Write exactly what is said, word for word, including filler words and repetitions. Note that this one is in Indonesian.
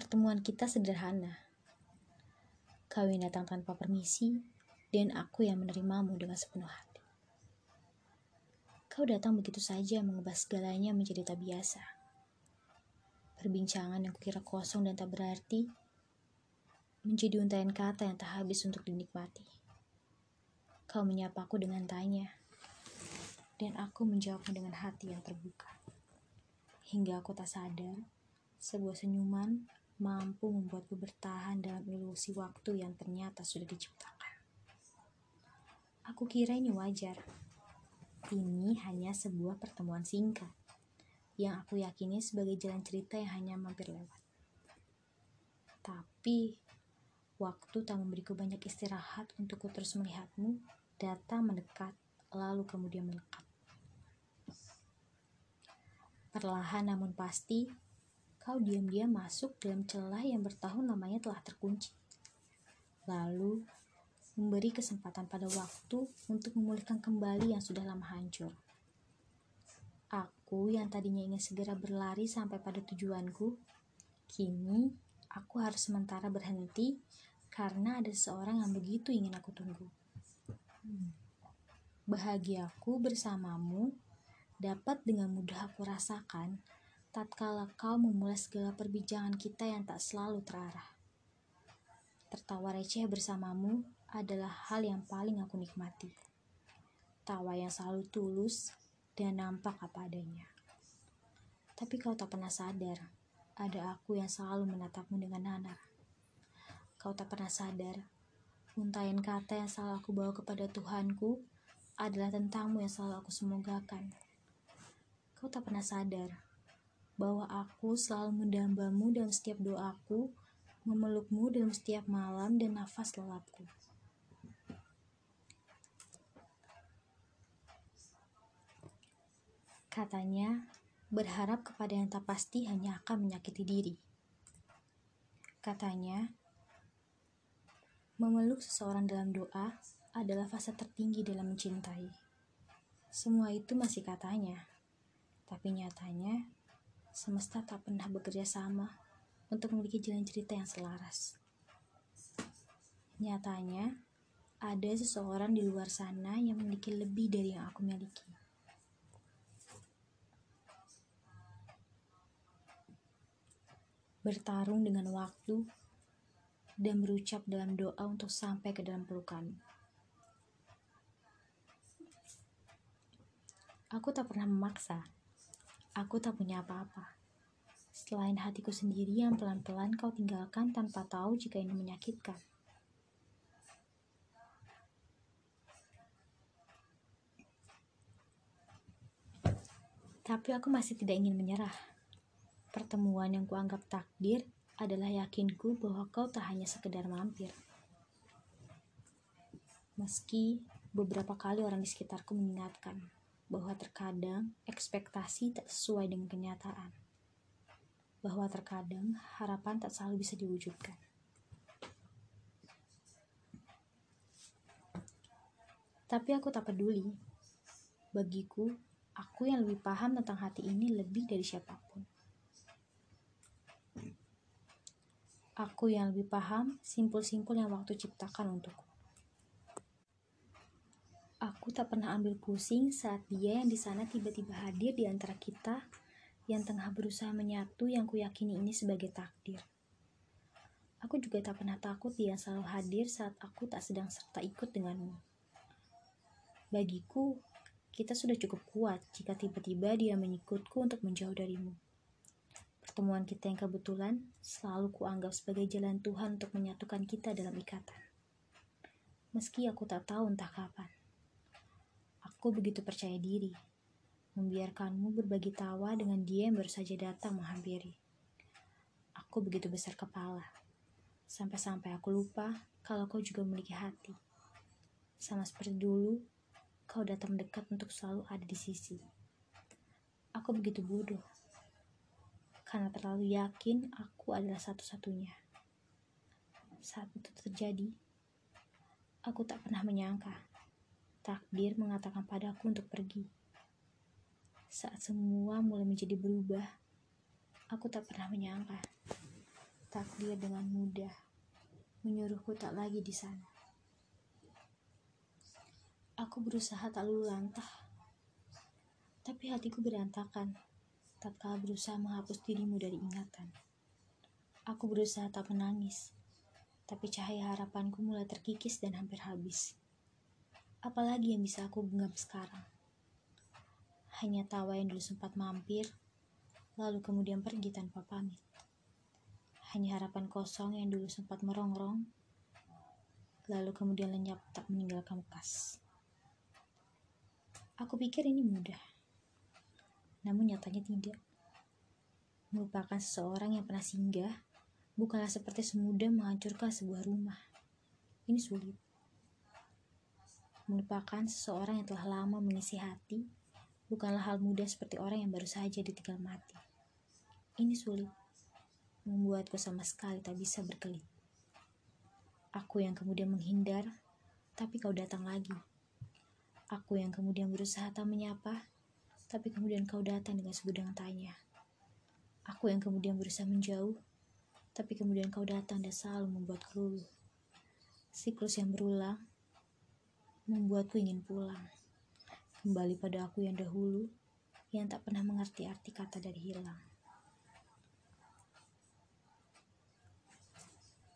Pertemuan kita sederhana. Kau yang datang tanpa permisi, dan aku yang menerimamu dengan sepenuh hati. Kau datang begitu saja mengubah segalanya menjadi tak biasa. Perbincangan yang kukira kosong dan tak berarti, menjadi untaian kata yang tak habis untuk dinikmati. Kau menyapaku dengan tanya, dan aku menjawabmu dengan hati yang terbuka. Hingga aku tak sadar, sebuah senyuman mampu membuatku bertahan dalam ilusi waktu yang ternyata sudah diciptakan. Aku kira ini wajar. Ini hanya sebuah pertemuan singkat, yang aku yakini sebagai jalan cerita yang hanya mampir lewat. Tapi, waktu tak memberiku banyak istirahat untuk ku terus melihatmu, datang mendekat, lalu kemudian melekat. Perlahan namun pasti, kau diam-diam masuk dalam celah yang bertahun lamanya telah terkunci. Lalu, memberi kesempatan pada waktu untuk memulihkan kembali yang sudah lama hancur. Aku yang tadinya ingin segera berlari sampai pada tujuanku, kini aku harus sementara berhenti karena ada seseorang yang begitu ingin aku tunggu. Bahagiaku bersamamu dapat dengan mudah aku rasakan tatkala kau memulai segala perbincangan kita yang tak selalu terarah. Tertawa receh bersamamu adalah hal yang paling aku nikmati. Tawa yang selalu tulus dan nampak apa adanya. Tapi kau tak pernah sadar, ada aku yang selalu menatapmu dengan nanar. Kau tak pernah sadar, untaian kata yang selalu aku bawa kepada Tuhanku adalah tentangmu yang selalu aku semogakan. Kau tak pernah sadar bahwa aku selalu mendambamu dalam setiap doaku, memelukmu dalam setiap malam dan nafas lelapku. Katanya, berharap kepada yang tak pasti hanya akan menyakiti diri. Katanya, memeluk seseorang dalam doa adalah fase tertinggi dalam mencintai. Semua itu masih katanya. Tapi nyatanya, semesta tak pernah bekerja sama untuk memiliki jalan cerita yang selaras. Nyatanya, ada seseorang di luar sana yang memiliki lebih dari yang aku miliki. Bertarung dengan waktu dan berucap dalam doa untuk sampai ke dalam pelukan. Aku tak pernah memaksa. Aku tak punya apa-apa. Selain hatiku sendiri yang pelan-pelan kau tinggalkan tanpa tahu jika ini menyakitkan. Tapi aku masih tidak ingin menyerah. Pertemuan yang kuanggap takdir adalah yakinku bahwa kau tak hanya sekedar mampir. Meski beberapa kali orang di sekitarku mengingatkan bahwa terkadang ekspektasi tak sesuai dengan kenyataan. Bahwa terkadang harapan tak selalu bisa diwujudkan. Tapi aku tak peduli. Bagiku, aku yang lebih paham tentang hati ini lebih dari siapapun. Aku yang lebih paham simpul-simpul yang waktu ciptakan untukku. Aku tak pernah ambil pusing saat dia yang di sana tiba-tiba hadir di antara kita yang tengah berusaha menyatu yang kuyakini ini sebagai takdir. Aku juga tak pernah takut dia selalu hadir saat aku tak sedang serta ikut denganmu. Bagiku, kita sudah cukup kuat jika tiba-tiba dia mengikutku untuk menjauh darimu. Pertemuan kita yang kebetulan selalu kuanggap sebagai jalan Tuhan untuk menyatukan kita dalam ikatan. Meski aku tak tahu entah kapan. Aku begitu percaya diri, membiarkanmu berbagi tawa dengan dia yang baru saja datang menghampiri. Aku begitu besar kepala, sampai-sampai aku lupa kalau kau juga memiliki hati. Sama seperti dulu, kau datang mendekat untuk selalu ada di sisi. Aku begitu bodoh, karena terlalu yakin aku adalah satu-satunya. Saat itu terjadi, aku tak pernah menyangka takdir mengatakan padaku untuk pergi. Saat semua mulai menjadi berubah, aku tak pernah menyangka Takdir dengan mudah menyuruhku tak lagi di sana. Aku berusaha tak lulu lantah, tapi hatiku berantakan tatkala berusaha menghapus dirimu dari ingatan. Aku berusaha tak menangis, tapi cahaya harapanku mulai terkikis dan hampir habis. Apalagi yang bisa aku genggam sekarang? Hanya tawa yang dulu sempat mampir, lalu kemudian pergi tanpa pamit. Hanya harapan kosong yang dulu sempat merongrong, lalu kemudian lenyap tak meninggalkan bekas. Aku pikir ini mudah, namun nyatanya tidak. Melupakan seseorang yang pernah singgah bukanlah seperti semudah menghancurkan sebuah rumah. Ini sulit. Melupakan seseorang yang telah lama mengisi hati bukanlah hal mudah seperti orang yang baru saja ditinggal mati. Ini sulit, membuatku sama sekali tak bisa berkelit. Aku yang kemudian menghindar, tapi kau datang lagi. Aku yang kemudian berusaha tak menyapa, tapi kemudian kau datang dengan segudang tanya. Aku yang kemudian berusaha menjauh, tapi kemudian kau datang dan selalu membuatku luluh. Siklus yang berulang, membuatku ingin pulang. Kembali pada aku yang dahulu, yang tak pernah mengerti arti kata dari hilang.